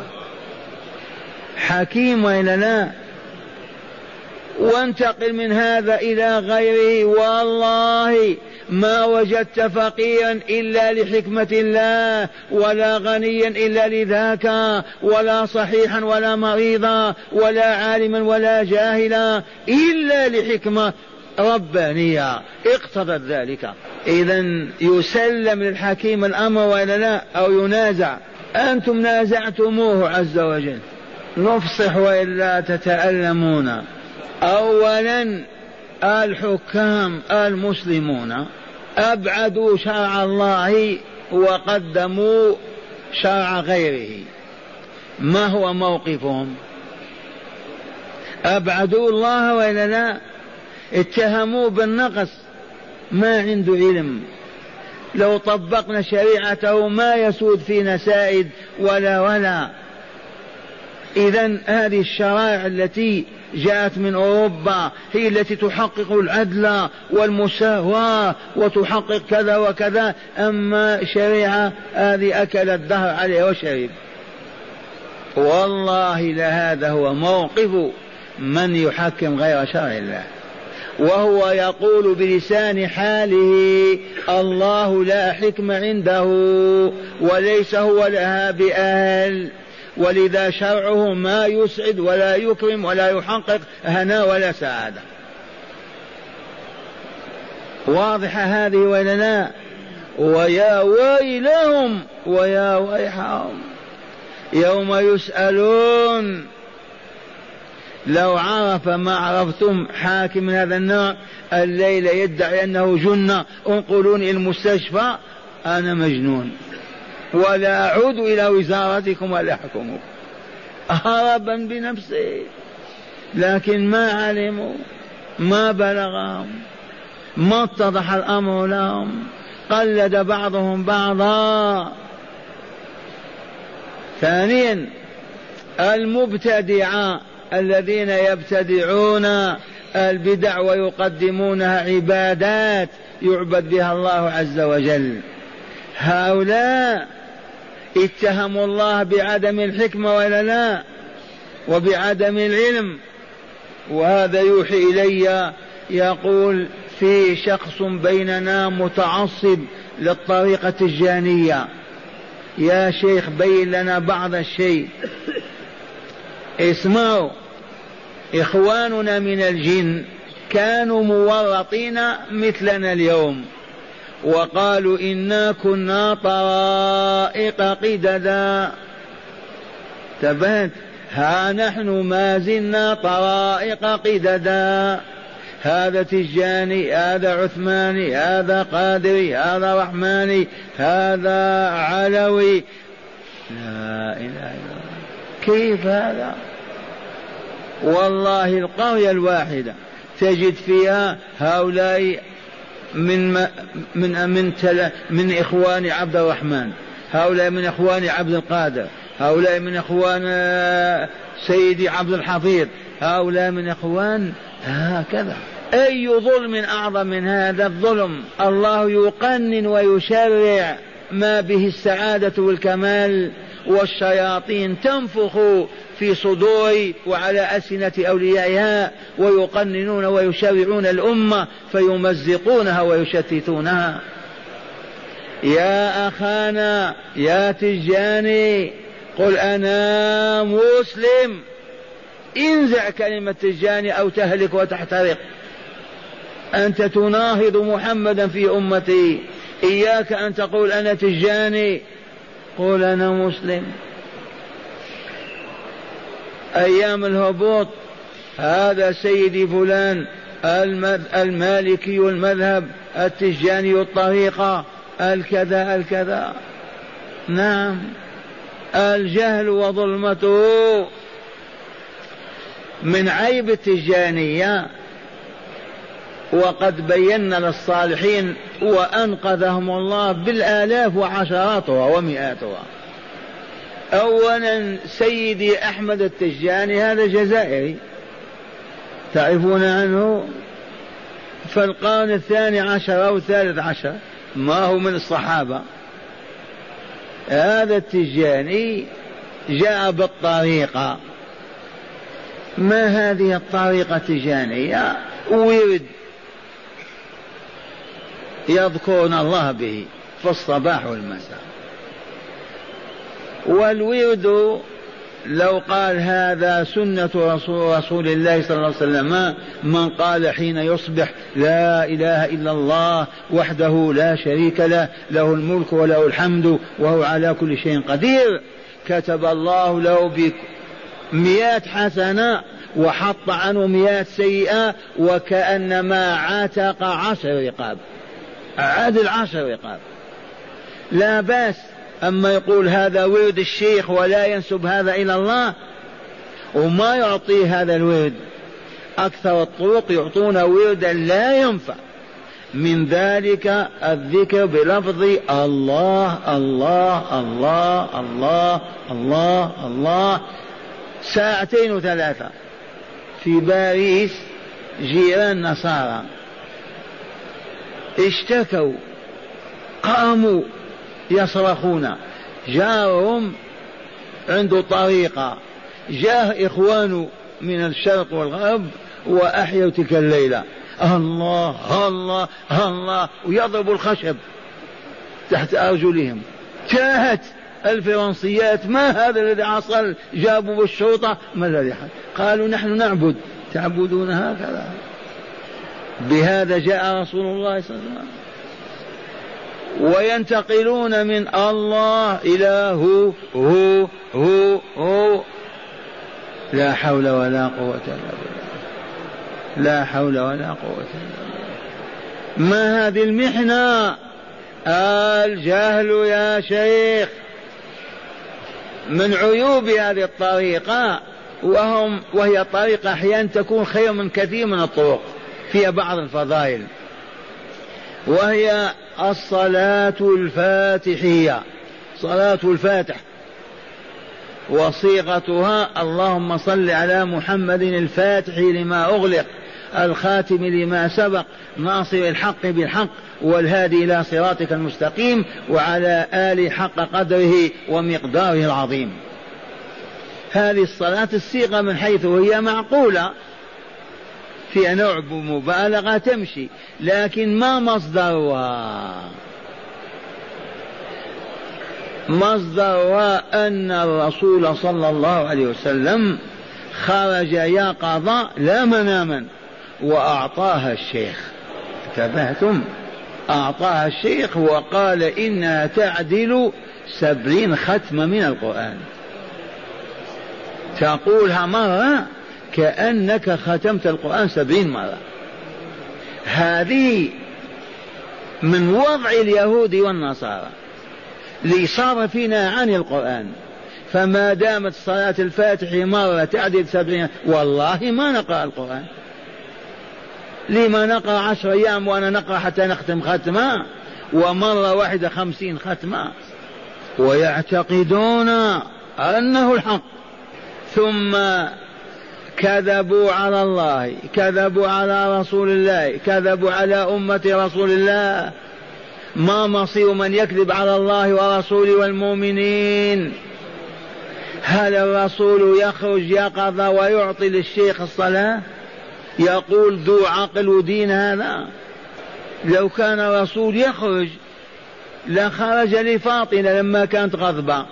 حكيم وإلا لا؟ وانتقل من هذا إلى غيره، والله ما وجدت فقيرا إلا لحكمة الله، ولا غنيا إلا لذاك، ولا صحيحا ولا مريضا، ولا عالما ولا جاهلا، إلا لحكمة ربانية اقتضت ذلك. إذن يسلم للحكيم الأمر ولا لا؟ أو ينازع؟ أنتم نازعتموه عز وجل. نفصح وإلا تتألمون. أولا الحكام المسلمون أبعدوا شرع الله وقدموا شرع غيره. ما هو موقفهم؟ أبعدوا الله وإلا لا؟ اتهموه بالنقص، ما عنده علم. لو طبقنا شريعته ما يسود فينا سائد ولا ولا. إذن هذه الشرائع التي جاءت من أوروبا هي التي تحقق العدل والمساواة وتحقق كذا وكذا، أما شريعة هذه أكل الدهر عليه وشرب. والله لهذا هو موقف من يحكم غير شرع الله، وهو يقول بلسان حاله الله لا حكم عنده وليس هو لها بأهل، ولذا شرعه ما يسعد ولا يكرم ولا يحقق هنا ولا سعادة. واضحة هذه ولا لا؟ ويا ويلهم ويا ويحهم يوم يسألون. لو عرف ما عرفتم حاكم من هذا النوع الليلة يدعي أنه جنة، انقلوني المستشفى أنا مجنون ولا أعود إلى وزارتكم ولا أحكمكم، هربا بنفسه. لكن ما علموا، ما بلغهم، ما اتضح الأمر لهم، قلد بعضهم بعضا. ثانيا المبتدعة الذين يبتدعون البدع ويقدمونها عبادات يعبد بها الله عز وجل. هؤلاء اتهموا الله بعدم الحكمة ولا لا؟ وبعدم العلم. وهذا يوحي إلي يقول في شخص بيننا متعصب للطريقة التجانية، يا شيخ بين لنا بعض الشيء. اسمعوا، إخواننا من الجن كانوا مورطين مثلنا اليوم، وقالوا إنا كنا طرائق قددا. تبت ها نحن ما زلنا طرائق قددا، هذا تجاني، هذا عثماني، هذا قادري، هذا رحماني، هذا علوي. لا إله إلا الله. كيف هذا؟ والله القرية الواحدة تجد فيها هؤلاء من من من من إخوان عبد الرحمن، هؤلاء من إخوان عبد القادر، هؤلاء من إخوان سيدي عبد الحفيظ، هؤلاء من إخوان هكذا. أي ظلم أعظم من هذا الظلم؟ الله يقنن ويشرع ما به السعادة والكمال، والشياطين تنفخ في صدور وعلى ألسنة أوليائها، ويقننون ويشرعون الأمة فيمزقونها ويشتتونها. يا أخانا يا تجاني قل أنا مسلم، انزع كلمة تجاني أو تهلك وتحترق. أنت تناهض محمدا في أمتي، إياك أن تقول أنا تجاني، قل أنا مسلم. أيام الهبوط هذا سيدي فلان المالكي المذهب، التجاني الطريقة، الكذا الكذا. نعم، الجهل وظلمته من عيب التجانية. وقد بينا للصالحين وأنقذهم الله بالآلاف وعشراتها ومئاتها. أولا سيدي أحمد التجاني هذا جزائري، تعرفون عنه، في القرن الثاني عشر أو الثالث عشر، ما هو من الصحابة. هذا التجاني جاء بالطريقة. ما هذه الطريقة التجانية؟ ورد يذكرون الله به في الصباح والمساء. والورد لو قال هذا سنة رسول, رسول الله صلى الله عليه وسلم، من قال حين يصبح لا إله إلا الله وحده لا شريك له، له الملك وله الحمد وهو على كل شيء قدير، كتب الله له بمئات حسنة وحط عنه مئات سيئة، وكأنما عتق عشر رقاب، عدل عشر رقاب. لا بأس. أما يقول هذا ورد الشيخ ولا ينسب هذا إلى الله وما يعطي هذا الورد، أكثر الطرق يعطون وردا لا ينفع. من ذلك الذكر بلفظ الله الله الله الله الله الله ساعتين وثلاثة. في باريس جيران نصارى اشتكوا، قاموا يصرخون، جارهم عنده طريقة، جاء إخوان من الشرق والغرب وأحيوا تلك الليلة، الله الله الله، ويضرب الخشب تحت أرجلهم. تاهت الفرنسيات، ما هذا الذي حصل؟ جابوا بالشرطة، ما الذي حصل؟ قالوا نحن نعبد. تعبدون هكذا؟ بهذا جاء رسول الله صلى الله عليه وسلم. وينتقلون من الله إلى هو هو هو هو. لا حول ولا قوة إلا بالله، لا حول ولا قوة إلا بالله. ما هذه المحنة؟ الجهل يا شيخ. من عيوب هذه الطريقة، وهم وهي طريقة أحيانا تكون خير من كثير من الطرق، فيها بعض الفضائل، وهي الصلاة الفاتحية، صلاة الفاتح، وصيغتها اللهم صل على محمد الفاتح لما أغلق الخاتم لما سبق ناصر الحق بالحق والهادي إلى صراطك المستقيم وعلى آل حق قدره ومقداره العظيم. هذه الصلاة الصيغة من حيث هي معقولة، فيها نوع مبالغة تمشي، لكن ما مصدرها؟ مصدر أن الرسول صلى الله عليه وسلم خرج يقظة لا مناما وأعطاها الشيخ. انتبهتم؟ أعطاها الشيخ وقال إنها تعدل سبعين ختمة من القرآن، تقولها مرة كأنك ختمت القرآن سبعين مرة. هذه من وضع اليهود والنصارى لصرفنا عن القرآن. فما دامت صلاة الفاتح مرة تعدل سبعين، والله ما نقرأ القرآن. لما نقرأ عشر أيام وأنا نقرأ حتى نختم ختمة، ومرة واحدة خمسين ختمة، ويعتقدون أنه الحق. ثم كذبوا على الله، كذبوا على رسول الله، كذبوا على أمة رسول الله. ما مصير من يكذب على الله ورسوله والمؤمنين؟ هل الرسول يخرج يقظة ويعطي للشيخ الصلاة يقول ذو عقل ودين؟ هذا لو كان الرسول يخرج لخرج لفاطمة لما كانت غضبة.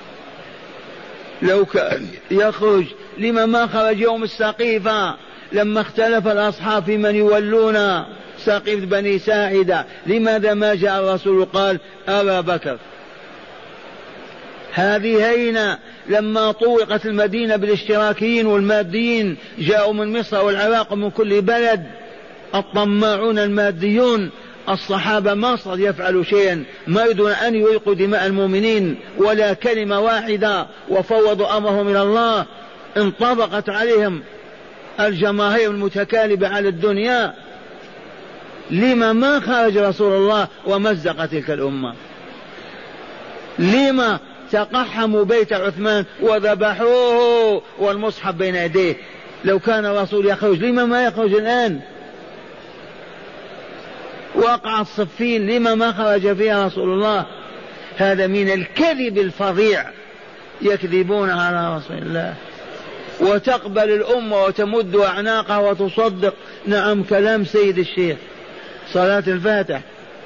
لو كان يخرج لما ما خرج يوم السقيفة لما اختلف الأصحاب في من يولون سقيفة بني ساعدة؟ لماذا ما جاء الرسول قال أبا بكر؟ هذه هينة لما طوقت المدينة بالاشتراكيين والماديين، جاءوا من مصر والعراق ومن كل بلد الطماعون الماديون، الصحابة ما صار يفعلوا شيئا، ما يريدون أن يريقوا دماء المؤمنين ولا كلمة واحدة، وفوضوا أمرهم إلى الله. انطبقت عليهم الجماهير المتكالبة على الدنيا. لما ما خرج رسول الله ومزق تلك الأمة؟ لما تقحموا بيت عثمان وذبحوه والمصحف بين يديه؟ لو كان الرسول يخرج لما ما يخرج الآن؟ وقع الصفين لما ما خرج فيها رسول الله؟ هذا من الكذب الفظيع، يكذبون على رسول الله. وتقبل الأمة وتمد أعناقها وتصدق. نعم، كلام سيد الشيخ صلاة الفاتح.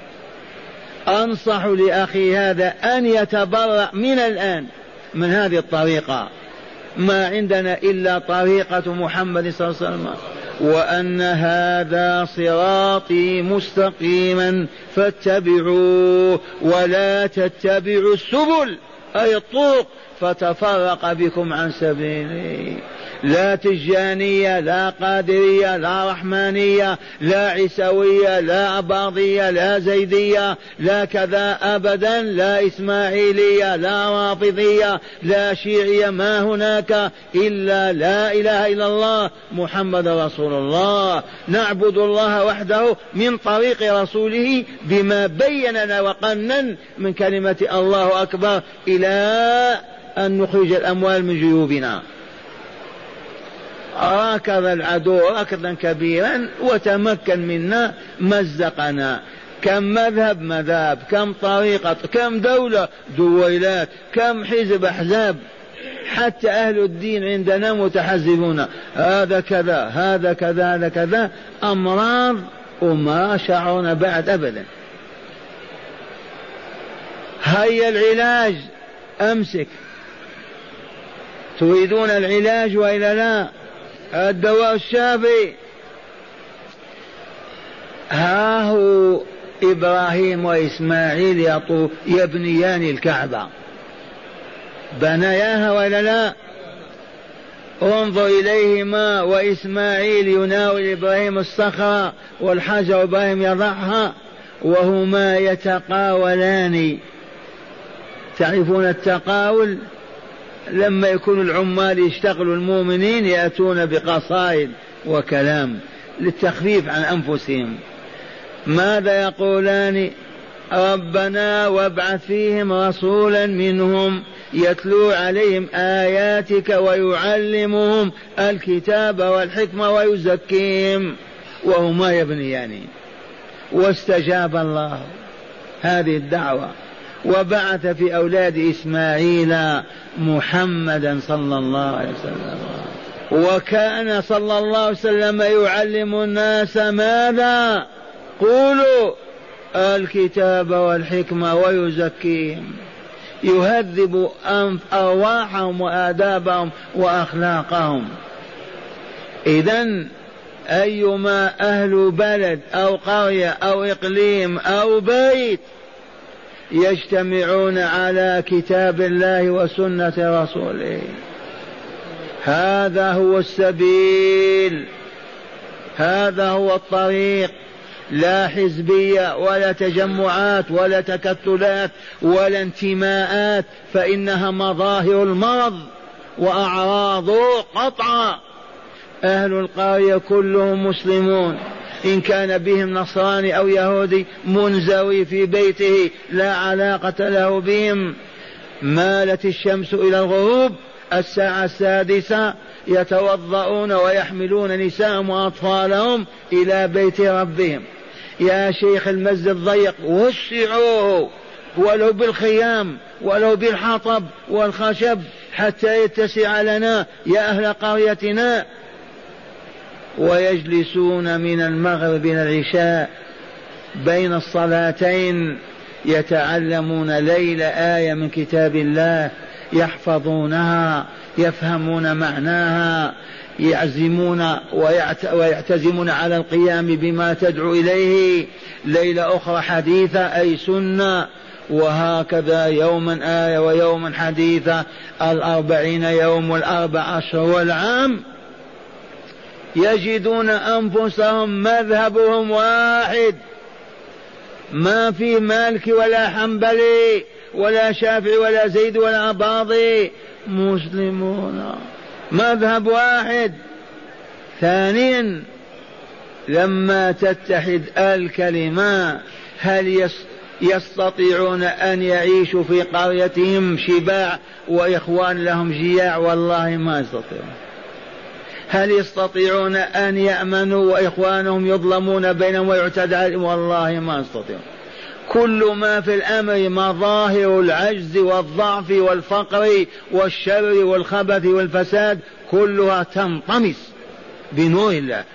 أنصح لأخي هذا أن يتبرأ من الآن من هذه الطريقة. ما عندنا إلا طريقة محمد صلى الله عليه وسلم، وأن هذا صراطي مستقيما فاتبعوه ولا تتبعوا السبل أي الطرق فتفرق بكم عن سبيله. لا تجانية، لا قادرية، لا رحمانية، لا عيسوية، لا أباضية، لا زيدية، لا كذا أبدا، لا إسماعيلية، لا رافضية، لا شيعية. ما هناك إلا لا إله إلا الله محمد رسول الله. نعبد الله وحده من طريق رسوله بما بيننا وقنن من كلمة الله أكبر إلى أن نخرج الأموال من جيوبنا. ركض العدو ركضا كبيرا وتمكن منا، مزقنا. كم مذهب مذاب، كم طريقة، كم دولة دويلات، كم حزب أحزاب. حتى أهل الدين عندنا متحزبون، هذا كذا هذا كذا هذا كذا، أمراض وما شعرنا بعد أبدا. هيا العلاج، أمسك. تريدون العلاج وإلا لا؟ الدواء الشافي. ها هو إبراهيم وإسماعيل يبنيان الكعبة، بنياها ولا لا؟ انظر إليهما، وإسماعيل يناول إبراهيم الصخرة والحجر إبراهيم يضعها وهما يتقاولان. تعرفون التقاول؟ لما يكون العمال يشتغلوا المؤمنين يأتون بقصائد وكلام للتخفيف عن أنفسهم. ماذا يقولان؟ ربنا وابعث فيهم رسولا منهم يتلو عليهم آياتك ويعلمهم الكتاب والحكمة ويزكيهم، وهما يبنيان. واستجاب الله هذه الدعوة وبعث في أولاد إسماعيل محمدا صلى الله عليه وسلم. وكان صلى الله عليه وسلم يعلم الناس ماذا؟ قولوا الكتاب والحكمة ويزكيهم. يهذب أرواحهم وآدابهم وأخلاقهم. إذن أيما أهل بلد أو قرية أو إقليم أو بيت يجتمعون على كتاب الله وسنة رسوله، هذا هو السبيل، هذا هو الطريق. لا حزبية ولا تجمعات ولا تكتلات ولا انتماءات، فإنها مظاهر المرض وأعراض قطعا. أهل القرية كلهم مسلمون، إن كان بهم نصراني أو يهودي منزوي في بيته لا علاقة له بهم. مالت الشمس إلى الغروب، الساعة السادسة يتوضؤون ويحملون نساءهم وأطفالهم إلى بيت ربهم. يا شيخ المسجد الضيق وسعوه ولو بالخيام ولو بالحطب والخشب حتى يتسع لنا يا أهل قريتنا. ويجلسون من المغرب إلى العشاء بين الصلاتين يتعلمون ليلة آية من كتاب الله، يحفظونها، يفهمون معناها، يعزمون ويعتزمون على القيام بما تدعو إليه. ليلة أخرى حديثة أي سنة، وهكذا يوما آية ويوما حديثة، الأربعين يوم والأربع أشهر والعام. يجدون أنفسهم مذهبهم واحد، ما في مالك ولا حنبلي ولا شافعي ولا زيد ولا أباضي، مسلمون، مذهب واحد. ثانيا لما تتحد الكلمة هل يستطيعون أن يعيشوا في قريتهم شباع وإخوان لهم جياع؟ والله ما يستطيعون. هل يستطيعون أن يأمنوا وإخوانهم يظلمون بينهم ويعتدى عليهم؟ والله ما يستطيعون. كل ما في الأمر مظاهر العجز والضعف والفقر والشر والخبث والفساد كلها تنطمس بنور الله.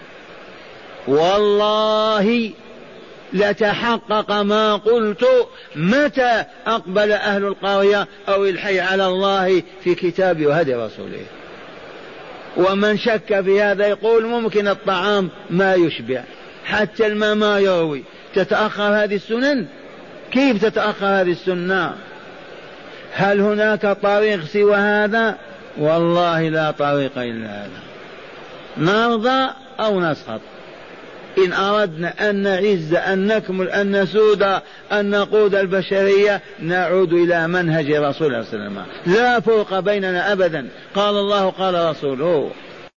والله لتحقق ما قلت متى أقبل أهل القرية أو الحي على الله في كتاب وهدي رسوله. ومن شك في هذا يقول ممكن الطعام ما يشبع، حتى الماء ما يروي. تتأخر هذه السنن؟ كيف تتأخر هذه السنة؟ هل هناك طريق سوى هذا؟ والله لا طريق إلا هذا. نرضى أو نسخط. إن أردنا أن نعز أن نكمل أن نسود أن نقود البشرية نعود إلى منهج رسول الله صلى الله عليه وسلم. لا فرق بيننا أبدا، قال الله قال رسوله.